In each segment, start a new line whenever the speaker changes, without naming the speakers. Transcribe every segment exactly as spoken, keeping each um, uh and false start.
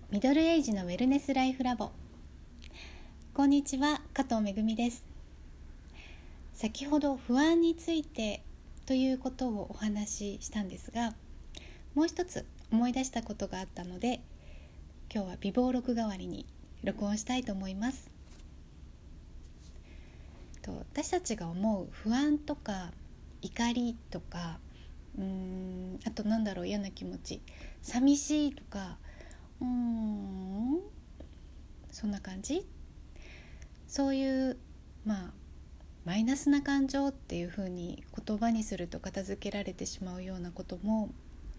ミドルエイジのウェルネスライフラボ。こんにちは、加藤めぐみです。先ほど不安についてということをお話ししたんですが、もう一つ思い出したことがあったので、今日は備忘録代わりに録音したいと思います。と私たちが思う不安とか怒りとか、うーんあとなんだろう嫌な気持ち、寂しいとか、うーんそんな感じ、そういうまあマイナスな感情っていう風に言葉にすると片付けられてしまうようなことも、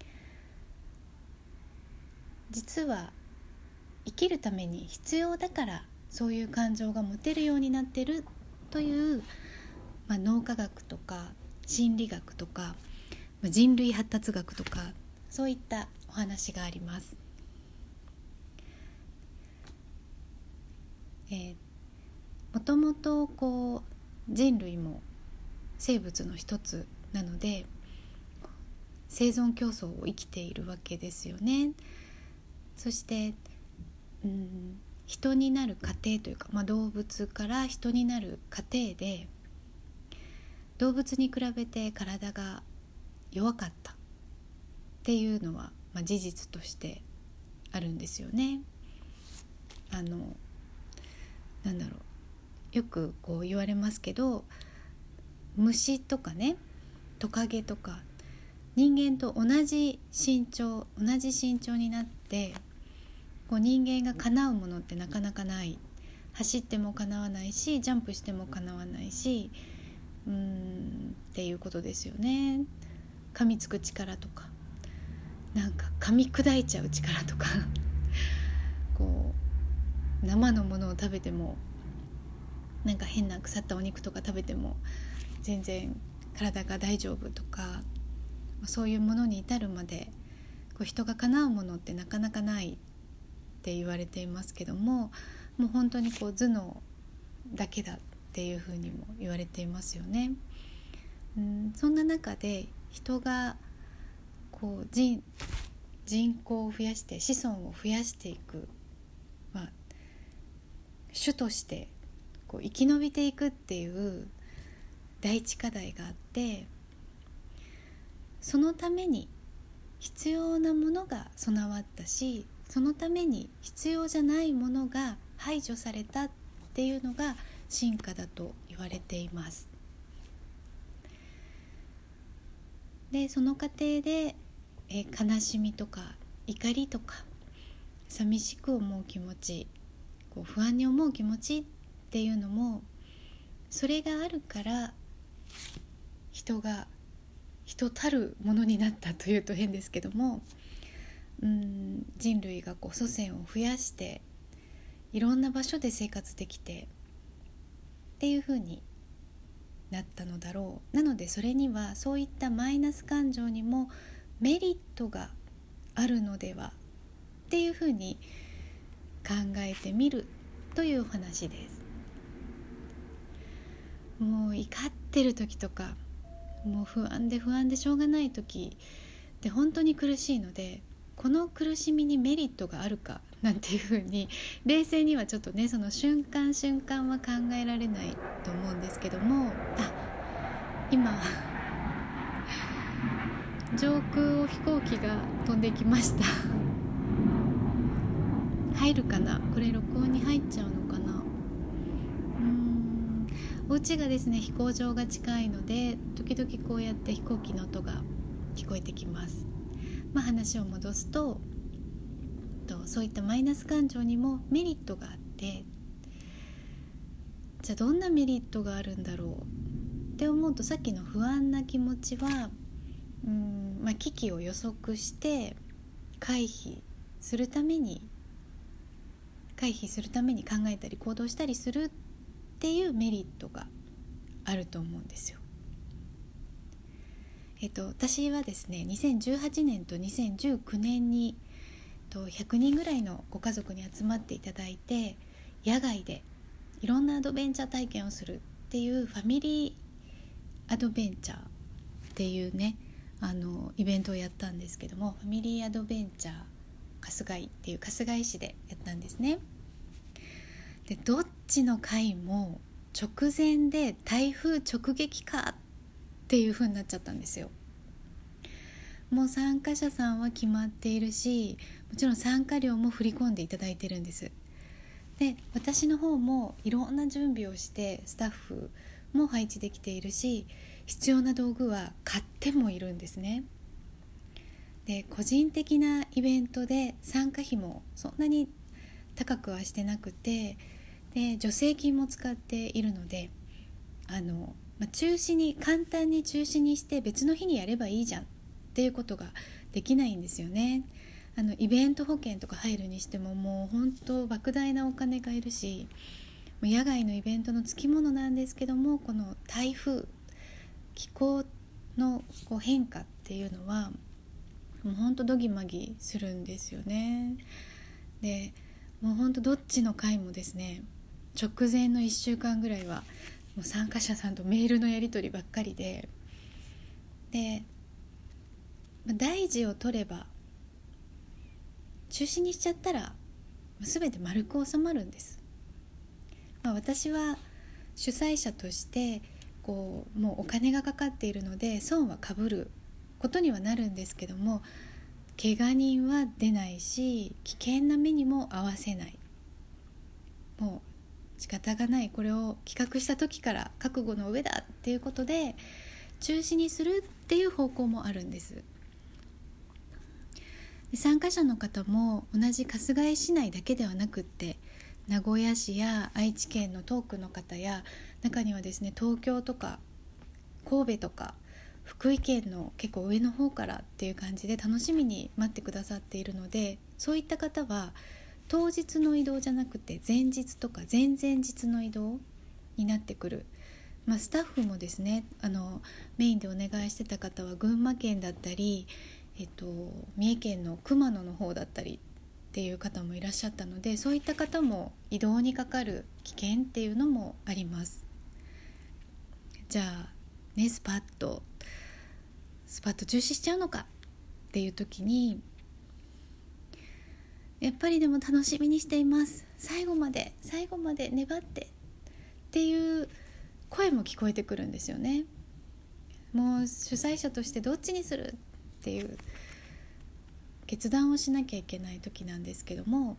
実は生きるために必要だからそういう感情が持てるようになってるという、まあ、脳科学とか心理学とか、まあ、人類発達学とか、そういったお話があります。えー、もともとこう人類も生物の一つなので、生存競争を生きているわけですよね。そして、うん、人になる過程というか、まあ、動物から人になる過程で動物に比べて体が弱かったっていうのは、まあ、事実としてあるんですよね。あのなんだろうよくこう言われますけど、虫とかね、トカゲとか人間と同じ身長同じ身長になって、こう人間が叶うものってなかなかない。走っても叶わないし、ジャンプしても叶わないし、うーんっていうことですよね。噛みつく力とか、なんか噛み砕いちゃう力とかこう生のものを食べても、なんか変な腐ったお肉とか食べても全然体が大丈夫とか、そういうものに至るまでこう人が叶うものってなかなかないって言われていますけども、もう本当にこう頭脳だけだっていうふうにも言われていますよね。うん、そんな中で人がこう 人, 人口を増やして子孫を増やしていく、まあ、種としてこう生き延びていくっていう第一課題があって、そのために必要なものが備わったし、そのために必要じゃないものが排除されたっていうのが進化だと言われています。でその過程でえ悲しみとか怒りとか寂しく思う気持ち、こう不安に思う気持ちっていうのも、それがあるから人が人たるものになったというと変ですけども、うーん人類がこう祖先を増やしていろんな場所で生活できてっていう風になったのだろう。なのでそれにはそういったマイナス感情にもメリットがあるのではっていう風に考えてみるというお話です。もう怒ってる時とか、もう不安で不安でしょうがない時って本当に苦しいので、この苦しみにメリットがあるかなんていう風に冷静にはちょっとね、その瞬間瞬間は考えられないと思うんですけども、あ今上空を飛行機が飛んできました入るかな、これ録音に入っちゃうのかな。うーんお家がですね飛行場が近いので、時々こうやって飛行機の音が聞こえてきます。まあ、話を戻すと、とそういったマイナス感情にもメリットがあって、じゃあどんなメリットがあるんだろうって思うと、さっきの不安な気持ちはうーん、まあ、危機を予測して回避するために回避するために考えたり行動したりするっていうメリットがあると思うんですよ。えっと、私はですねにせんじゅうはちねんとにせんじゅうきゅうねんにとひゃくにんぐらいのご家族に集まっていただいて、野外でいろんなアドベンチャー体験をするっていうファミリーアドベンチャーっていうねあのイベントをやったんですけども、ファミリーアドベンチャー春日井っていう春日井市でやったんですね。でどっちの回も直前で台風直撃かっていう風になっちゃったんですよ。もう参加者さんは決まっているし、もちろん参加料も振り込んでいただいてるんです。で私の方もいろんな準備をしてスタッフも配置できているし、必要な道具は買ってもいるんですね。で個人的なイベントで参加費もそんなに高くはしてなくて、で助成金も使っているので、あの、まあ、中止に簡単に中止にして別の日にやればいいじゃんっていうことができないんですよね。あのイベント保険とか入るにしてももう本当莫大なお金がいるし、野外のイベントのつきものなんですけども、この台風気候のこう変化っていうのはもう本当ドギマギするんですよね。でもう本当どっちの回もですね、直前のいっしゅうかんぐらいはもう参加者さんとメールのやり取りばっかりで、で大事を取れば中止にしちゃったら全て丸く収まるんです。まあ、私は主催者としてこうもうお金がかかっているので損はかぶることにはなるんですけども、怪我人は出ないし危険な目にも合わせない、もう仕方がない、これを企画した時から覚悟の上だっていうことで中止にするっていう方向もあるんです。で参加者の方も同じ春日井市内だけではなくって、名古屋市や愛知県の遠くの方や、中にはですね東京とか神戸とか福井県の結構上の方からっていう感じで楽しみに待ってくださっているので、そういった方は当日の移動じゃなくて前日とか前々日の移動になってくる。まあ、スタッフもですね、あのメインでお願いしてた方は群馬県だったり、えっと、三重県の熊野の方だったりっていう方もいらっしゃったので、そういった方も移動にかかる危険っていうのもあります。じゃあね、スパッとスパッと中止しちゃうのかっていう時に、やっぱりでも楽しみにしています、最後まで最後まで粘ってっていう声も聞こえてくるんですよね。もう主催者としてどっちにするっていう決断をしなきゃいけない時なんですけども、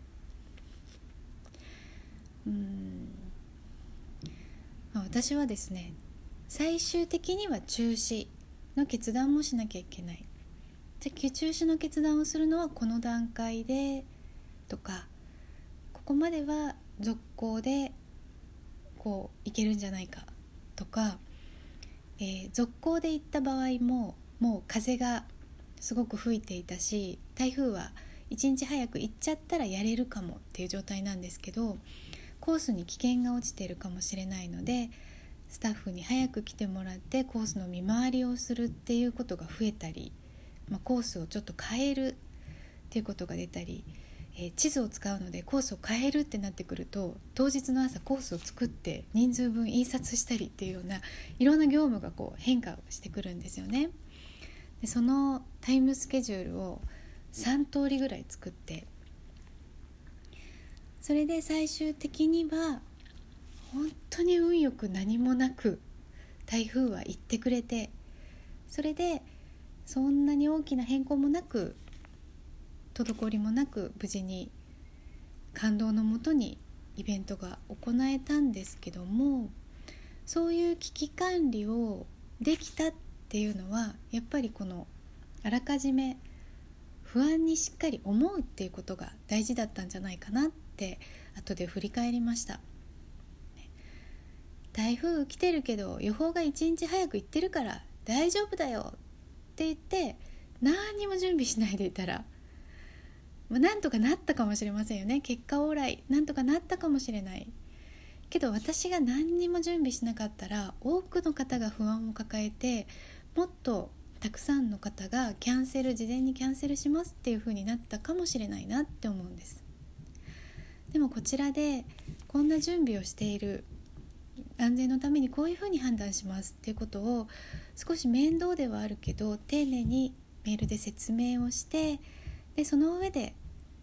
うーん、まあ、私はですね最終的には中止の決断もしなきゃいけない。じゃあ中止の決断をするのはこの段階でとか、ここまでは続行でこういけるんじゃないかとか、えー、続行で行った場合ももう風がすごく吹いていたし、台風はいちにち早く行っちゃったらやれるかもっていう状態なんですけど、コースに危険が落ちているかもしれないので、スタッフに早く来てもらってコースの見回りをするっていうことが増えたり、まあ、コースをちょっと変えるっていうことが出たり、えー、地図を使うのでコースを変えるってなってくると、当日の朝コースを作って人数分印刷したりっていうようないろんな業務がこう変化をしてくるんですよね。でそのタイムスケジュールをさん通りぐらい作って、それで最終的には本当に運よく何もなく台風は行ってくれて、それでそんなに大きな変更もなく滞りもなく無事に感動のもとにイベントが行えたんですけども、そういう危機管理をできたっていうのはやっぱりこのあらかじめ不安にしっかり思うっていうことが大事だったんじゃないかなって後で振り返りました。台風来てるけど予報がいちにち早く行ってるから大丈夫だよって言って何にも準備しないでいたら、まあ、なんとかなったかもしれませんよね。結果オーライなんとかなったかもしれないけど、私が何にも準備しなかったら多くの方が不安を抱えて、もっとたくさんの方がキャンセル事前にキャンセルしますっていう風になったかもしれないなって思うんです。でもこちらでこんな準備をしている、安全のためにこういう風に判断しますっていうことを少し面倒ではあるけど丁寧にメールで説明をして、でその上で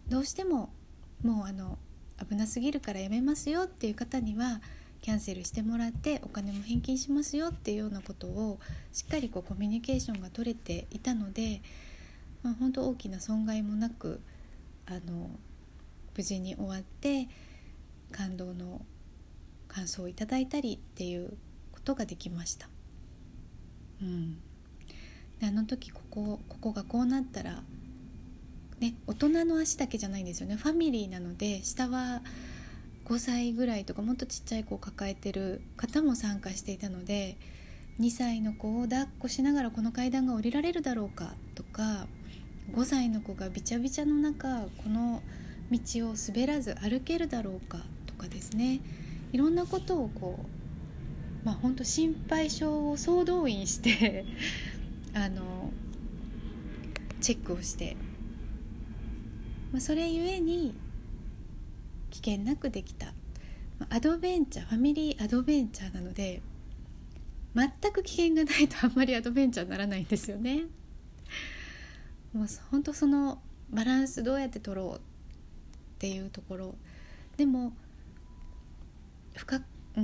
どうしてももうあの危なすぎるからやめますよっていう方にはキャンセルしてもらってお金も返金しますよっていうようなことをしっかりこうコミュニケーションが取れていたので、まあ、本当大きな損害もなくあの無事に終わって感動の感想をいただいたりっていうことができました。うん、であの時ここ、ここがこうなったら、ね、大人の足だけじゃないんですよね。ファミリーなので下はごさいぐらいとかもっとちっちゃい子を抱えてる方も参加していたので、にさいの子を抱っこしながらこの階段が降りられるだろうかとか、ごさいの子がびちゃびちゃの中この道を滑らず歩けるだろうかとかですね、いろんなことをこう、まあ、本当心配性を総動員してあのチェックをして、まあ、それゆえに危険なくできた。アドベンチャー、ファミリーアドベンチャーなので全く危険がないとあんまりアドベンチャーにならないんですよね。もう本当そのバランスどうやって取ろうっていうところでも深く、うん、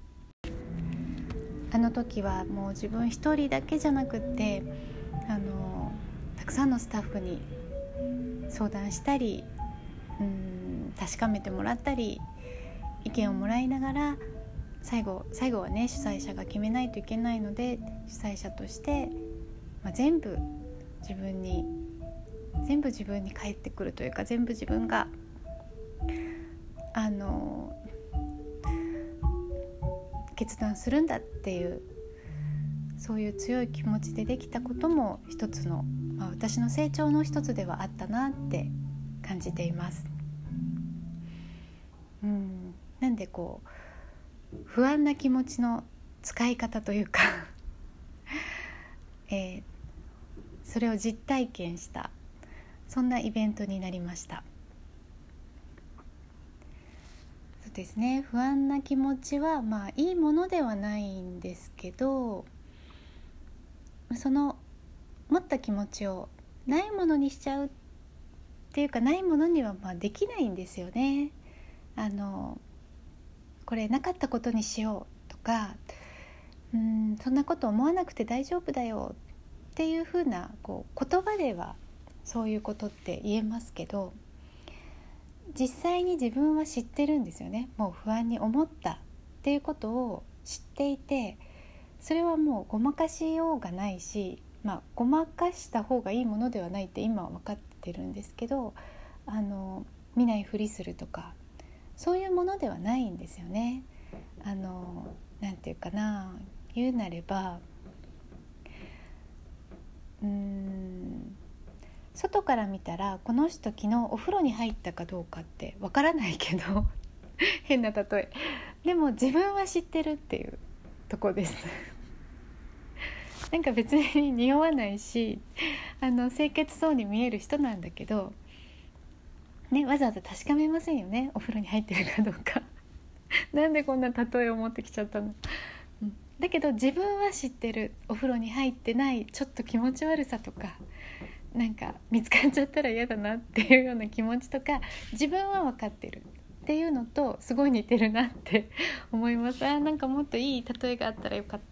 あの時はもう自分一人だけじゃなくってあのたくさんのスタッフに相談したり、うん、確かめてもらったり意見をもらいながら最後、最後はね主催者が決めないといけないので主催者として、まあ、全部自分に全部自分に返ってくるというか、全部自分があの決断するんだっていうそういう強い気持ちでできたことも一つの、まあ、私の成長の一つではあったなって感じています。うん、なんでこう不安な気持ちの使い方というか、えー、それを実体験したそんなイベントになりました。そうですね、不安な気持ちはまあいいものではないんですけど、その持った気持ちをないものにしちゃうっていうか、ないものにはまあできないんですよね。あのこれなかったことにしようとか、うーんそんなこと思わなくて大丈夫だよっていう風なこう言葉ではそういうことって言えますけど、実際に自分は知ってるんですよね。もう不安に思ったっていうことを知っていて、それはもうごまかしようがないし、まあ、ごまかした方がいいものではないって今は分かってるんですけど、あの見ないふりするとかそういうものではないんですよね。あのなんていうかな、言うなればうーん外から見たらこの人昨日お風呂に入ったかどうかってわからないけど変な例えでも自分は知ってるっていうとこですなんか別に匂わないしあの清潔そうに見える人なんだけど、ね、わざわざ確かめませんよね、お風呂に入ってるかどうかなんでこんな例えを持ってきちゃったの、うん、だけど自分は知ってる。お風呂に入ってないちょっと気持ち悪さとか、なんか見つかっちゃったら嫌だなっていうような気持ちとか、自分は分かってるっていうのとすごい似てるなって思います。あ、なんかもっといい例えがあったらよかった、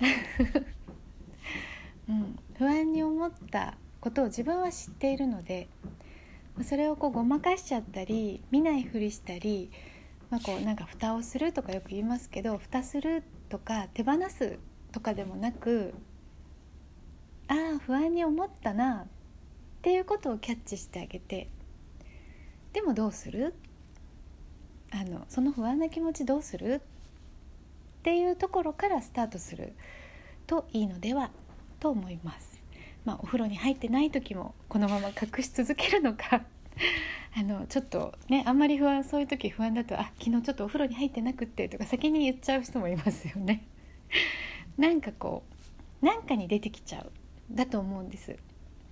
うん、不安に思ったことを自分は知っているので、それをこうごまかしちゃったり見ないふりしたり、まあ、こうなんか蓋をするとかよく言いますけど、蓋するとか手放すとかでもなく、ああ不安に思ったなっていうことをキャッチしてあげて、でもどうする、あのその不安な気持ちどうするっていうところからスタートするといいのではと思います。まあ、お風呂に入ってない時もこのまま隠し続けるのかあのちょっとね、あんまり不安、そういう時不安だと、あ昨日ちょっとお風呂に入ってなくってとか先に言っちゃう人もいますよねなんかこうなんかに出てきちゃうだと思うんです。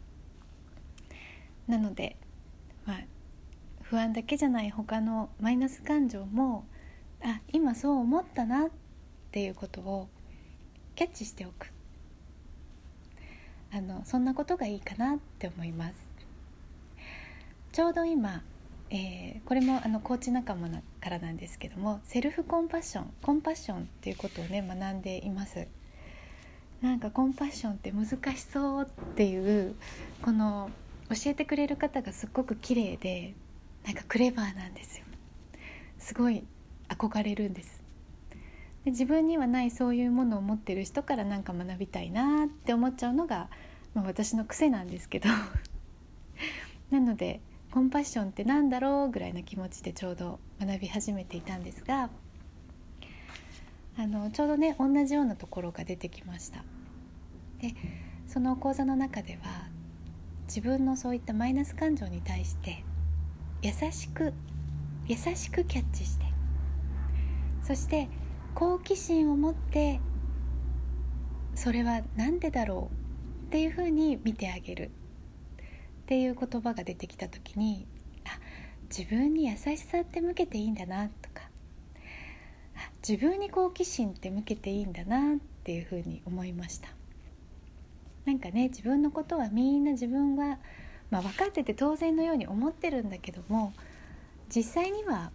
なので、まあ、不安だけじゃない他のマイナス感情も、あ今そう思ったなっていうことをキャッチしておく、あのそんなことがいいかなって思います。 ちょうど今、えー、これもあのコーチ仲間からなんですけども、セルフコンパッションコンパッションっていうことをね学んでいます。なんかコンパッションって難しそうっていうこの教えてくれる方がすっごく綺麗で、なんかクレバーなんですよ。すごい憧れるんです。で自分にはないそういうものを持ってる人からなんか学びたいなって思っちゃうのが、まあ、私の癖なんですけどなのでコンパッションってなんだろうぐらいの気持ちでちょうど学び始めていたんですが、あのちょうどね同じようなところが出てきました。でその講座の中では、自分のそういったマイナス感情に対して優しく優しくキャッチして、そして好奇心を持ってそれはなんでだろうっていうふうに見てあげるっていう言葉が出てきた時に、あ、自分に優しさって向けていいんだなとか、あ、自分に好奇心って向けていいんだなっていうふうに思いました。なんかね、自分のことはみんな自分は、まあ、分かってて当然のように思ってるんだけども、実際には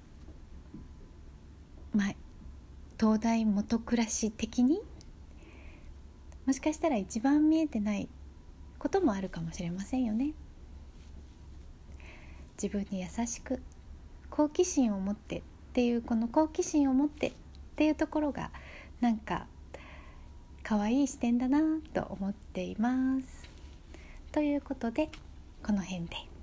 まあ東大元暮らし的にもしかしたら一番見えてないこともあるかもしれませんよね。自分に優しく好奇心を持ってっていう、この好奇心を持ってっていうところがなんか可愛い視点だなと思っています。ということでこの辺で。